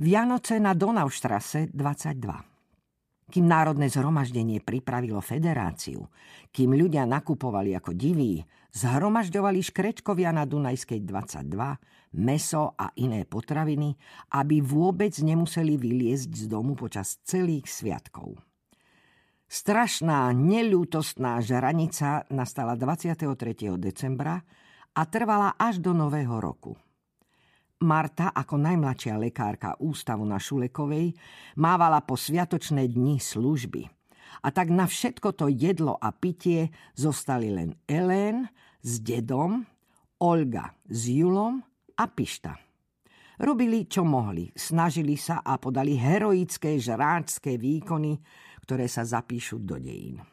Vianoce na Donaustrasse 22. Kým Národné zhromaždenie pripravilo federáciu, kým ľudia nakupovali ako diví, zhromažďovali škrečkovia na Dunajskej 22, mäso a iné potraviny, aby vôbec nemuseli vyliezť z domu počas celých sviatkov. Strašná, neľútostná žranica nastala 23. decembra a trvala až do Nového roku. Marta, ako najmladšia lekárka ústavu na Šulekovej, mávala po sviatočné dni služby. A tak na všetko to jedlo a pitie zostali len Elén s dedom, Olga s Julom a Pišta. Robili, čo mohli, snažili sa a podali heroické žráčské výkony, ktoré sa zapíšu do dejín.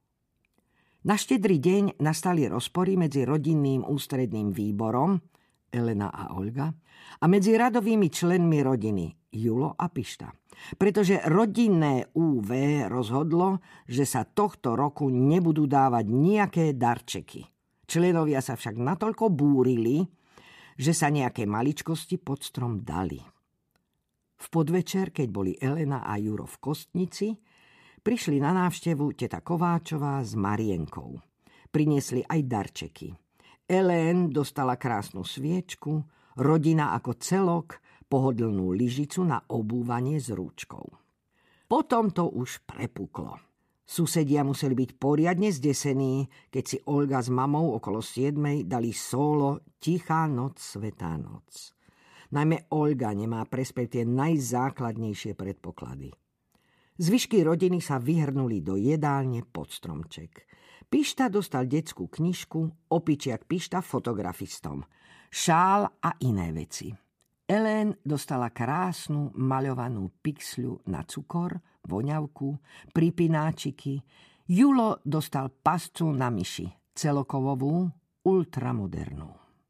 Na Štedrý deň nastali rozpory medzi rodinným ústredným výborom Elena a Olga a medzi radovými členmi rodiny Julo a Pišta. Pretože rodinné UV rozhodlo, že sa tohto roku nebudú dávať nejaké darčeky. Členovia sa však natoľko búrili, že sa nejaké maličkosti pod strom dali. V podvečer, keď boli Elena a Juro v Kostnici, prišli na návštevu teta Kováčová s Marienkou. Priniesli aj darčeky. Elén dostala krásnu sviečku, rodina ako celok pohodlnú lyžicu na obúvanie s rúčkou. Potom to už prepuklo. Susedia museli byť poriadne zdesení, keď si Olga s mamou okolo 7 dali solo Tichá noc, svätá noc. Najmä Olga nemá prespieť tie najzákladnejšie predpoklady. Zvyšky rodiny sa vyhrnuli do jedálne pod stromček. Pišta dostal detskú knižku, opičiak Pišta fotografistom, šál a iné veci. Elén dostala krásnu maľovanú pixľu na cukor, voňavku, pripináčiky. Julo dostal pascu na myši, celokovovú, ultramodernú.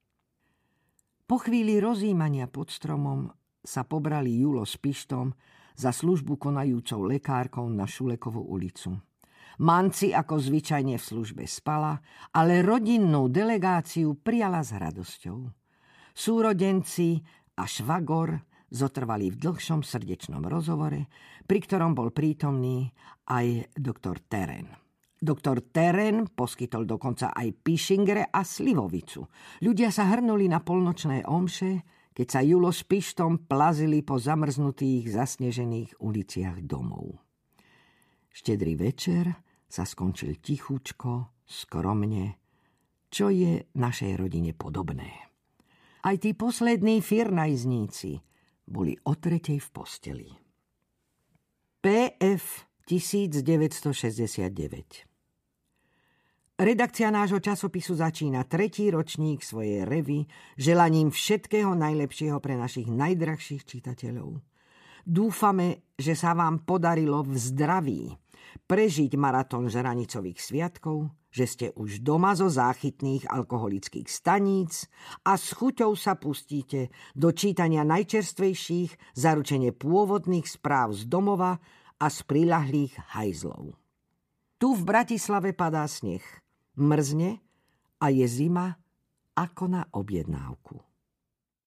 Po chvíli rozjímania pod stromom sa pobrali Julo s Pištom za službu konajúcou lekárkou na Šulekovú ulicu. Manci ako zvyčajne v službe spala, ale rodinnú delegáciu prijala s radosťou. Súrodenci a švagor zotrvali v dlhšom srdečnom rozhovore, pri ktorom bol prítomný aj doktor Terén. Doktor Terén poskytol dokonca aj pišingre a slivovicu. Ľudia sa hrnuli na polnočné omše, keď sa Julo s Pištom plazili po zamrznutých, zasnežených uliciach domov. Štedrý večer sa skončil tichučko, skromne, čo je našej rodine podobné. Aj tí poslední firnajzníci boli o 3:00 v posteli. PF 1969. Redakcia nášho časopisu začína 3. ročník svojej revy želaním všetkého najlepšieho pre našich najdrahších čitateľov. Dúfame, že sa vám podarilo v zdraví prežiť maratón žranicových sviatkov, že ste už doma zo záchytných alkoholických staníc a s chuťou sa pustíte do čítania najčerstvejších, zaručene pôvodných správ z domova a z priľahlých hajzlov. Tu v Bratislave padá sneh, mrzne a je zima ako na objednávku.